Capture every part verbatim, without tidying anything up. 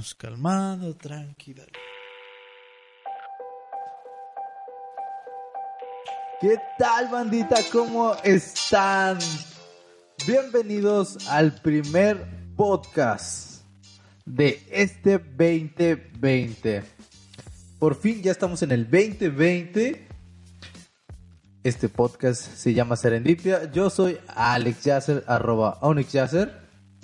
Vámonos calmado, tranquilo. ¿Qué tal, bandita? ¿Cómo están? Bienvenidos al primer podcast de este veinte veinte. Por fin ya estamos en el veinte veinte. Este podcast se llama Serendipia. Yo soy Alex Yasser, arroba Onyx Yasser.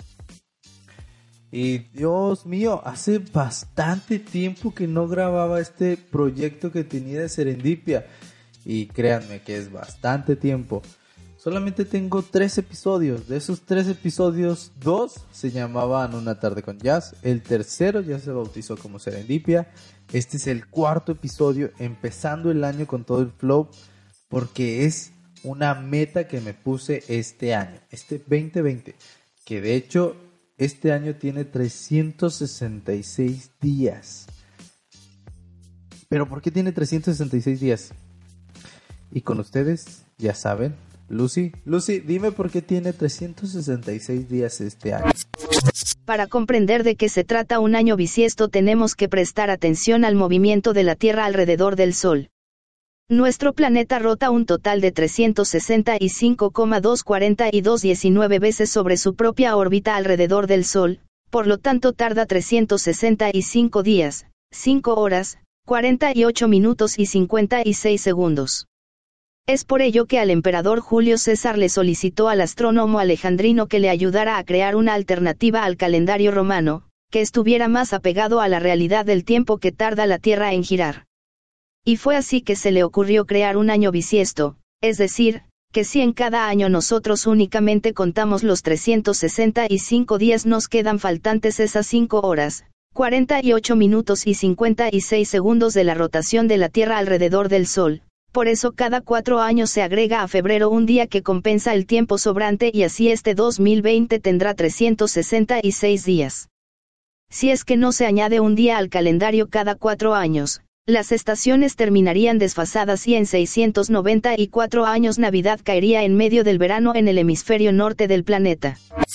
Y Dios mío, hace bastante tiempo que no grababa este proyecto que tenía de Serendipia. Y créanme que es bastante tiempo. Solamente tengo tres episodios. De esos tres episodios, dos se llamaban Una tarde con jazz. El tercero ya se bautizó como Serendipia. Este es el cuarto episodio, empezando el año con todo el flow, porque es una meta que me puse este año, este veinte veinte, que de hecho este año tiene trescientos sesenta y seis días. ¿Pero por qué tiene trescientos sesenta y seis días? Y con ustedes, ya saben, Lucy. Lucy, dime por qué tiene trescientos sesenta y seis días este año. Para comprender de qué se trata un año bisiesto tenemos que prestar atención al movimiento de la Tierra alrededor del Sol. Nuestro planeta rota un total de trescientos sesenta y cinco coma doscientos cuarenta y dos diecinueve veces sobre su propia órbita alrededor del Sol, por lo tanto tarda trescientos sesenta y cinco días, cinco horas, cuarenta y ocho minutos y cincuenta y seis segundos. Es por ello que al emperador Julio César le solicitó al astrónomo alejandrino que le ayudara a crear una alternativa al calendario romano, que estuviera más apegado a la realidad del tiempo que tarda la Tierra en girar. Y fue así que se le ocurrió crear un año bisiesto, es decir, que si en cada año nosotros únicamente contamos los trescientos sesenta y cinco días, nos quedan faltantes esas cinco horas, cuarenta y ocho minutos y cincuenta y seis segundos de la rotación de la Tierra alrededor del Sol. Por eso cada cuatro años se agrega a febrero un día que compensa el tiempo sobrante y así este dos mil veinte tendrá trescientos sesenta y seis días. Si es que no se añade un día al calendario cada cuatro años, las estaciones terminarían desfasadas y en seiscientos noventa y cuatro años Navidad caería en medio del verano en el hemisferio norte del planeta.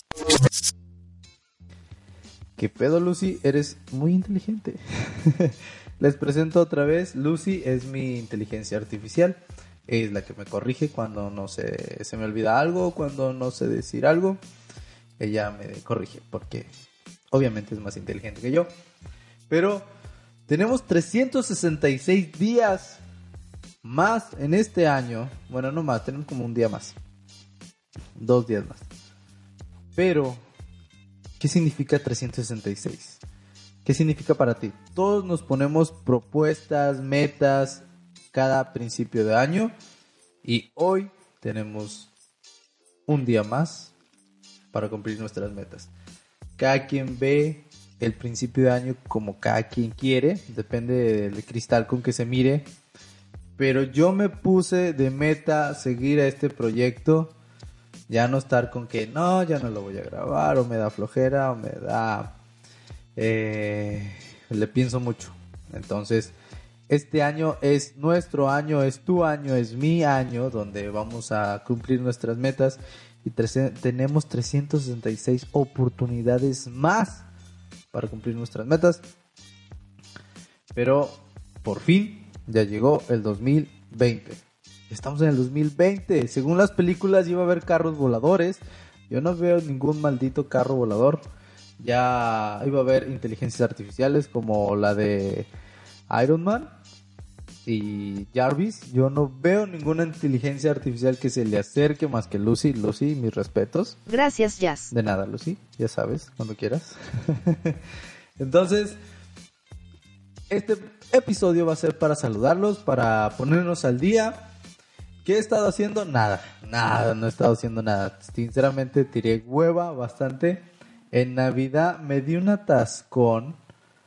¿Qué pedo, Lucy? Eres muy inteligente. Les presento otra vez. Lucy es mi inteligencia artificial. Es la que me corrige cuando no sé, se me olvida algo, cuando no sé decir algo. Ella me corrige porque obviamente es más inteligente que yo. Pero tenemos trescientos sesenta y seis días más en este año. Bueno, no más, tenemos como un día más. Dos días más. Pero ¿qué significa trescientos sesenta y seis? ¿Qué significa para ti? Todos nos ponemos propuestas, metas cada principio de año y hoy tenemos un día más para cumplir nuestras metas. Cada quien ve el principio de año como cada quien quiere, depende del cristal con que se mire, pero yo me puse de meta seguir a este proyecto. Ya no estar con que no, ya no lo voy a grabar, o me da flojera, o me da... Eh, le pienso mucho. Entonces, este año es nuestro año, es tu año, es mi año, donde vamos a cumplir nuestras metas. Y trece, tenemos trescientos sesenta y seis oportunidades más para cumplir nuestras metas. Pero, por fin, ya llegó el dos mil veinte. Estamos en el dos mil veinte. Según las películas iba a haber carros voladores. Yo no veo ningún maldito carro volador. Ya iba a haber inteligencias artificiales como la de Iron Man y Jarvis. Yo no veo ninguna inteligencia artificial que se le acerque más que Lucy. Lucy, mis respetos. Gracias, Jazz. De nada, Lucy. Ya sabes, cuando quieras. Entonces, este episodio va a ser para saludarlos, para ponernos al día. ¿Qué he estado haciendo? Nada, nada, no he estado haciendo nada. Sinceramente tiré hueva bastante. En Navidad me di un atascón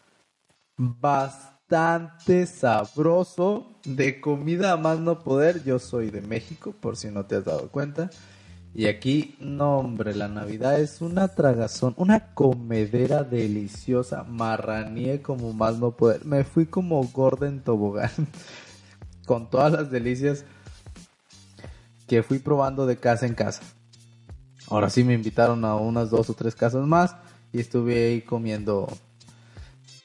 bastante sabroso de comida a más no poder. Yo soy de México, por si no te has dado cuenta. Y aquí, no hombre, la Navidad es una tragazón, una comedera deliciosa. Marraneé como más no poder. Me fui como gorda en tobogán con todas las delicias que fui probando de casa en casa. Ahora sí me invitaron a unas dos o tres casas más y estuve ahí comiendo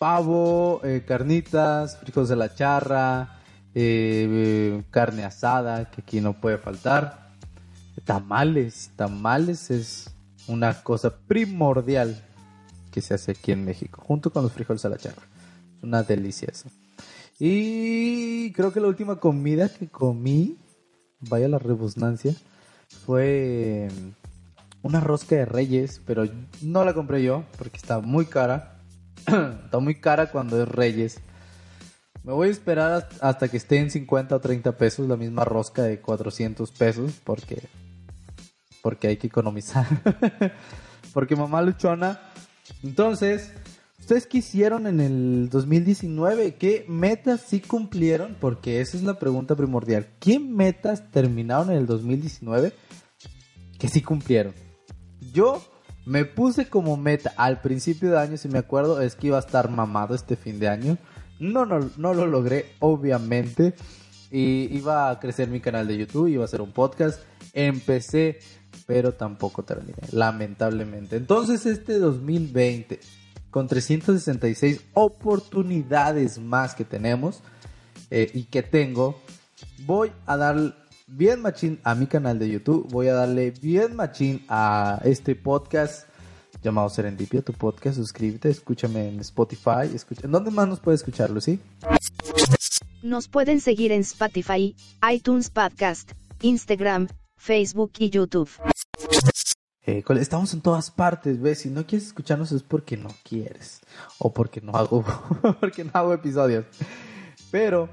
pavo, eh, carnitas, frijoles de la charra, eh, eh, carne asada, que aquí no puede faltar. Tamales, tamales es una cosa primordial que se hace aquí en México, junto con los frijoles a la charra. Es una delicia eso. Y creo que la última comida que comí, vaya la rebusnancia, fue una rosca de Reyes, pero no la compré yo porque está muy cara. Está muy cara cuando es Reyes. Me voy a esperar hasta que esté en cincuenta o treinta pesos la misma rosca de cuatrocientos pesos porque, porque hay que economizar. Porque mamá luchona. Entonces, ¿ustedes qué hicieron en el dos mil diecinueve? ¿Qué metas sí cumplieron? Porque esa es la pregunta primordial. ¿Qué metas terminaron en el dos mil diecinueve que sí cumplieron? Yo me puse como meta al principio de año, si me acuerdo, es que iba a estar mamado este fin de año. No, no, no lo logré, obviamente. Y iba a crecer mi canal de YouTube, iba a hacer un podcast. Empecé, pero tampoco terminé, lamentablemente. Entonces este dos mil veinte, con trescientas sesenta y seis oportunidades más que tenemos eh, y que tengo, voy a dar bien machín a mi canal de YouTube. Voy a darle bien machín a este podcast llamado Serendipia, tu podcast. Suscríbete, escúchame en Spotify. Escucha... ¿Dónde más nos puedes escuchar, Lucy? Nos pueden seguir en Spotify, iTunes Podcast, Instagram, Facebook y YouTube. Eh, estamos en todas partes, ¿ves? Si no quieres escucharnos es porque no quieres. O porque no hago, porque no hago episodios. Pero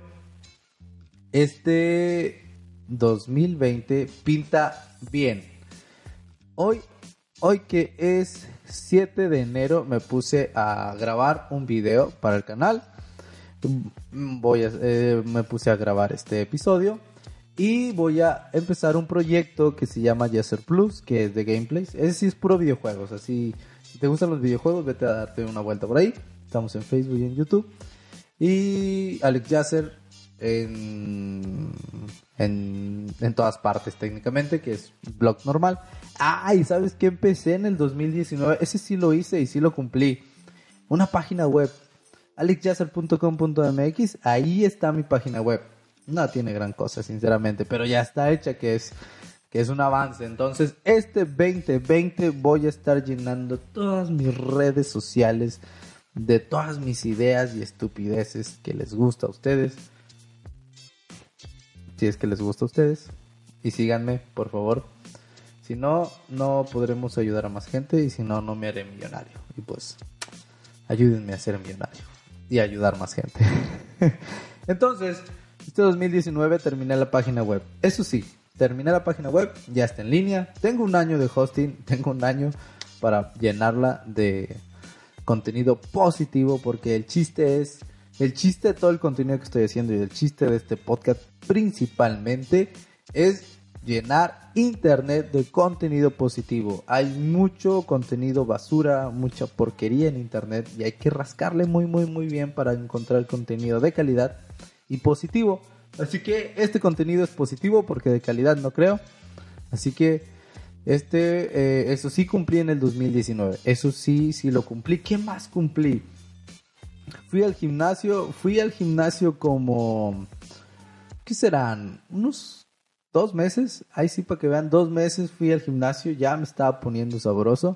este dos mil veinte pinta bien. Hoy, hoy que es siete de enero, me puse a grabar un video para el canal. Voy a, eh, me puse a grabar este episodio y voy a empezar un proyecto que se llama Yasser Plus, que es de gameplays. Ese sí es puro videojuegos, así si te gustan los videojuegos, vete a darte una vuelta por ahí. Estamos en Facebook y en YouTube. Y Alex Yasser en, en, en todas partes técnicamente, que es blog normal. Ay, ¿sabes qué? Empecé en el dos mil diecinueve, ese sí lo hice y sí lo cumplí. Una página web, alex yasser punto com punto m x, ahí está mi página web. No tiene gran cosa, sinceramente, pero ya está hecha, que es, que es un avance. Entonces, este veinte veinte voy a estar llenando todas mis redes sociales de todas mis ideas y estupideces que les gusta a ustedes. Si es que les gusta a ustedes. Y síganme, por favor. Si no, no podremos ayudar a más gente. Y si no, no me haré millonario. Y pues, ayúdenme a ser millonario y a ayudar más gente. Entonces, este dos mil diecinueve terminé la página web. Eso sí, terminé la página web, ya está en línea. Tengo un año de hosting, tengo un año para llenarla de contenido positivo, porque el chiste es, el chiste de todo el contenido que estoy haciendo y el chiste de este podcast principalmente es llenar internet de contenido positivo. Hay mucho contenido basura, mucha porquería en internet y hay que rascarle muy muy muy bien para encontrar contenido de calidad y positivo. Así que este contenido es positivo porque de calidad no creo. Así que este eh, eso sí cumplí en el dos mil diecinueve. Eso sí, sí lo cumplí. ¿Qué más cumplí? Fui al gimnasio, fui al gimnasio como, ¿qué serán? Unos dos meses, ahí sí para que vean, dos meses fui al gimnasio, ya me estaba poniendo sabroso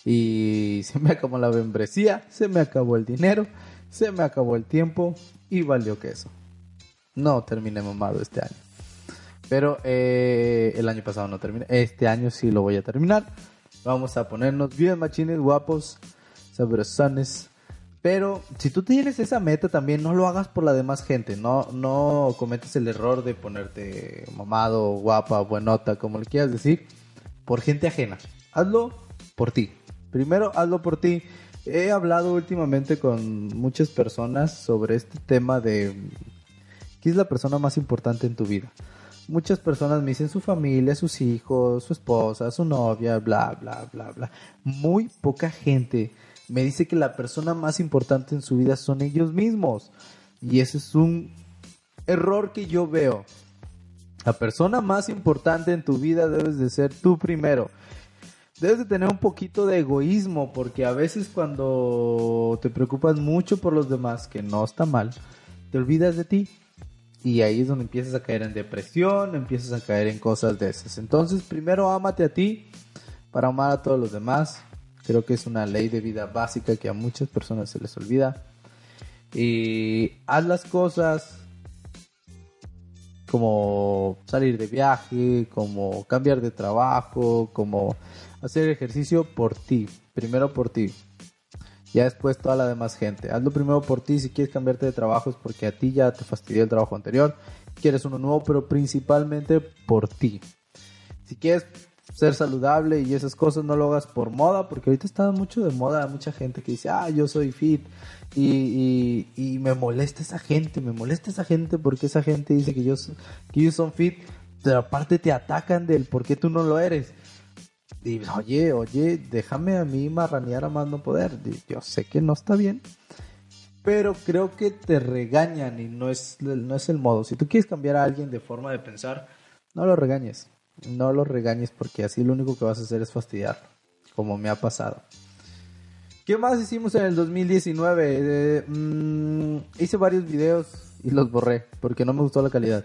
y se me acabó la membresía, se me acabó el dinero, se me acabó el tiempo y valió queso. No terminé mamado este año, pero eh, el año pasado no terminé, este año sí lo voy a terminar. Vamos a ponernos bien machines, guapos, sabrosones. Pero si tú tienes esa meta también, no lo hagas por la demás gente. No, no cometes el error de ponerte mamado, guapa, buenota, como le quieras decir, por gente ajena. Hazlo por ti. Primero, hazlo por ti. He hablado últimamente con muchas personas sobre este tema de ¿quién es la persona más importante en tu vida? Muchas personas me dicen su familia, sus hijos, su esposa, su novia, bla, bla, bla, bla. Muy poca gente me dice que la persona más importante en su vida son ellos mismos. Y ese es un error que yo veo. La persona más importante en tu vida debes de ser tú primero. debes de tener un poquito de egoísmo, porque a veces cuando te preocupas mucho por los demás, que no está mal, te olvidas de ti. Y ahí es donde empiezas a caer en depresión, empiezas a caer en cosas de esas. Entonces, primero ámate a ti para amar a todos los demás. Creo que es una ley de vida básica que a muchas personas se les olvida. Y haz las cosas como salir de viaje, como cambiar de trabajo, como hacer ejercicio por ti. Primero por ti. Ya después toda la demás gente. Hazlo primero por ti. Si quieres cambiarte de trabajo es porque a ti ya te fastidió el trabajo anterior. Quieres uno nuevo, pero principalmente por ti. Si quieres ser saludable y esas cosas, no lo hagas por moda, porque ahorita está mucho de moda. Mucha gente que dice, ah, yo soy fit. Y, y, y me molesta esa gente. Me molesta esa gente porque esa gente dice que, yo, que ellos son fit. Pero aparte te atacan del por qué tú no lo eres. Y, oye, oye, déjame a mí marranear a más no poder. Yo sé que no está bien, pero creo que te regañan y no es, no es el modo. Si tú quieres cambiar a alguien de forma de pensar, no lo regañes. No lo regañes porque así lo único que vas a hacer es fastidiarlo, como me ha pasado. ¿Qué más hicimos en el dos mil diecinueve? Eh, mmm, hice varios videos y los borré porque no me gustó la calidad.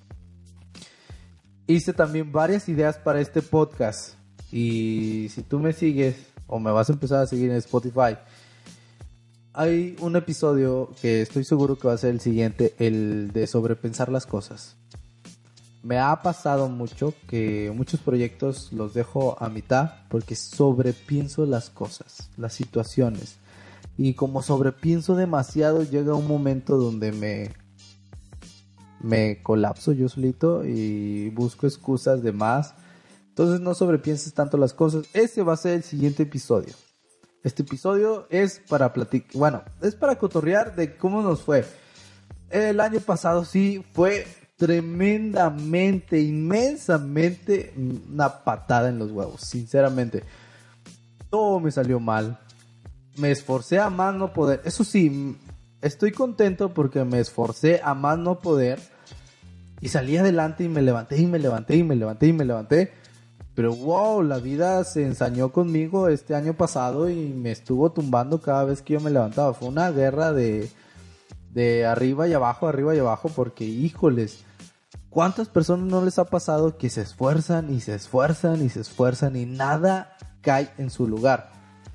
Hice también varias ideas para este podcast. Y si tú me sigues o me vas a empezar a seguir en Spotify, hay un episodio que estoy seguro que va a ser el siguiente, el de sobrepensar las cosas. Me ha pasado mucho que muchos proyectos los dejo a mitad porque sobrepienso las cosas, las situaciones. Y como sobrepienso demasiado, llega un momento donde me, me colapso yo solito y busco excusas de más. Entonces no sobrepienses tanto las cosas. Ese va a ser el siguiente episodio. Este episodio es para platicar, bueno, es para cotorrear de cómo nos fue. El año pasado sí fue tremendamente, inmensamente una patada en los huevos, sinceramente. Todo me salió mal. Me esforcé a más no poder. Eso sí, estoy contento porque me esforcé a más no poder. Y salí adelante y me levanté y me levanté y me levanté y me levanté. Pero wow, la vida se ensañó conmigo este año pasado y me estuvo tumbando cada vez que yo me levantaba. Fue una guerra de, de arriba y abajo, arriba y abajo, porque híjoles, ¿cuántas personas no les ha pasado que se esfuerzan y se esfuerzan y se esfuerzan y nada cae en su lugar?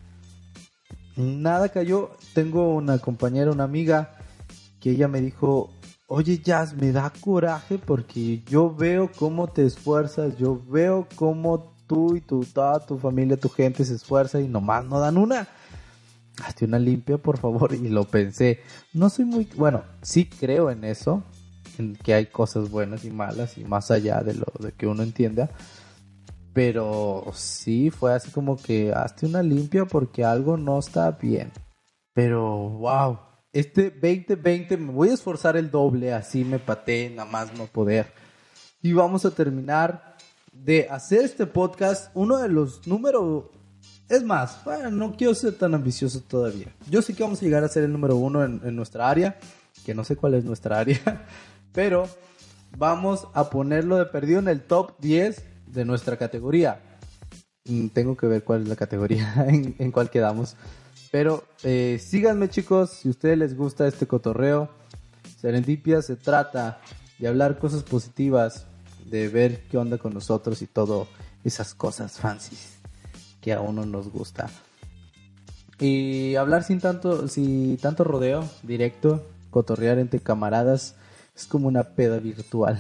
Nada cayó. Tengo una compañera, una amiga, que ella me dijo, oye Jazz, me da coraje porque yo veo cómo te esfuerzas, yo veo cómo tú y tu, toda tu familia, tu gente se esfuerza y nomás no dan una. Hazte una limpia, por favor. Y lo pensé. No soy muy... Bueno, sí creo en eso, en que hay cosas buenas y malas y más allá de lo de que uno entienda. Pero sí fue así como que hazte una limpia porque algo no está bien. Pero wow. Este veinte veinte me voy a esforzar el doble, así me pateé, nada más no poder. Y vamos a terminar de hacer este podcast, uno de los números... Es más, bueno, no quiero ser tan ambicioso todavía. Yo sé que vamos a llegar a ser el número uno en, en nuestra área, que no sé cuál es nuestra área, pero vamos a ponerlo de perdido en el top diez de nuestra categoría. Tengo que ver cuál es la categoría en, en cuál quedamos. Pero eh, síganme, chicos, si a ustedes les gusta este cotorreo. Serendipia se trata de hablar cosas positivas, de ver qué onda con nosotros y todo esas cosas fancies que a uno nos gusta. Y hablar sin tanto, sin tanto rodeo, directo, cotorrear entre camaradas, es como una peda virtual.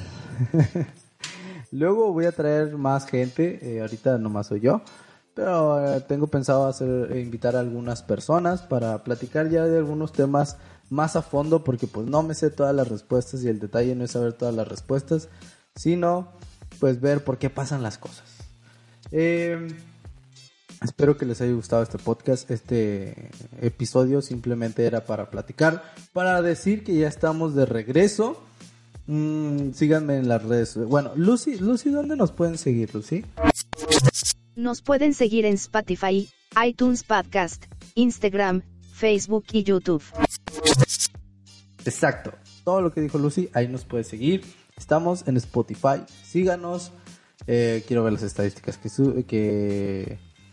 Luego voy a traer más gente, eh, ahorita nomás soy yo. Pero eh, tengo pensado hacer eh, invitar a algunas personas para platicar ya de algunos temas más a fondo, porque pues no me sé todas las respuestas y el detalle no es saber todas las respuestas, sino pues ver por qué pasan las cosas. Eh, espero que les haya gustado este podcast. Este episodio simplemente era para platicar, para decir que ya estamos de regreso. Mm, síganme en las redes. Bueno, Lucy, Lucy, ¿dónde nos pueden seguir, Lucy? Nos pueden seguir en Spotify, iTunes Podcast, Instagram, Facebook y YouTube. Exacto. Todo lo que dijo Lucy, ahí nos puede seguir. Estamos en Spotify. Síganos. Eh, quiero ver las estadísticas que, su- que,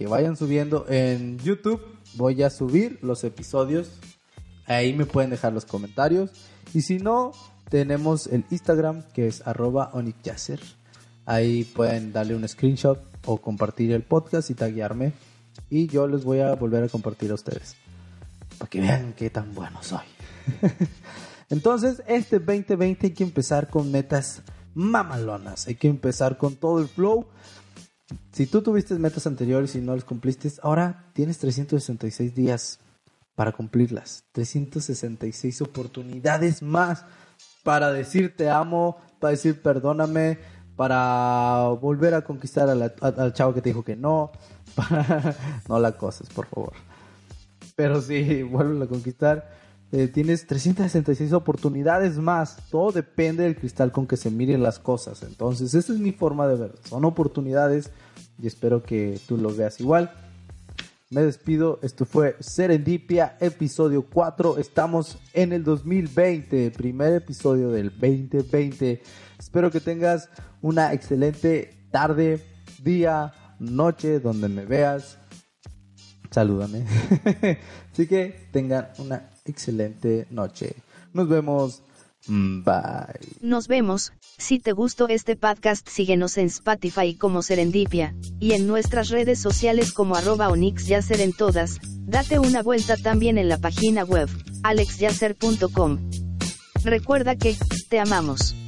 que vayan subiendo. En YouTube voy a subir los episodios. Ahí me pueden dejar los comentarios. Y si no, tenemos el Instagram, que es arroba onyxyacer. Ahí pueden darle un screenshot o compartir el podcast y taguearme. Y yo les voy a volver a compartir a ustedes, para que vean qué tan bueno soy. Entonces, este veinte veinte hay que empezar con metas mamalonas. Hay que empezar con todo el flow. Si tú tuviste metas anteriores y no las cumpliste, ahora tienes trescientos sesenta y seis días para cumplirlas. trescientas sesenta y seis oportunidades más para decir te amo, para decir perdóname, para volver a conquistar a la, a, al chavo que te dijo que no. Para... No la coses, por favor. Pero si vuelves a conquistar, eh, tienes trescientas sesenta y seis oportunidades más. Todo depende del cristal con que se miren las cosas. Entonces, esa es mi forma de verlo. Son oportunidades y espero que tú lo veas igual. Me despido. Esto fue Serendipia, episodio cuatro. Estamos en el dos mil veinte, primer episodio del veinte veinte. Espero que tengas una excelente tarde, día, noche, donde me veas. Salúdame. Así que tengan una excelente noche. Nos vemos. Bye. Nos vemos. Si te gustó este podcast, síguenos en Spotify como Serendipia, y en nuestras redes sociales como arroba onyxyacer en todas. Date una vuelta también en la página web, alex yacer punto com. Recuerda que, te amamos.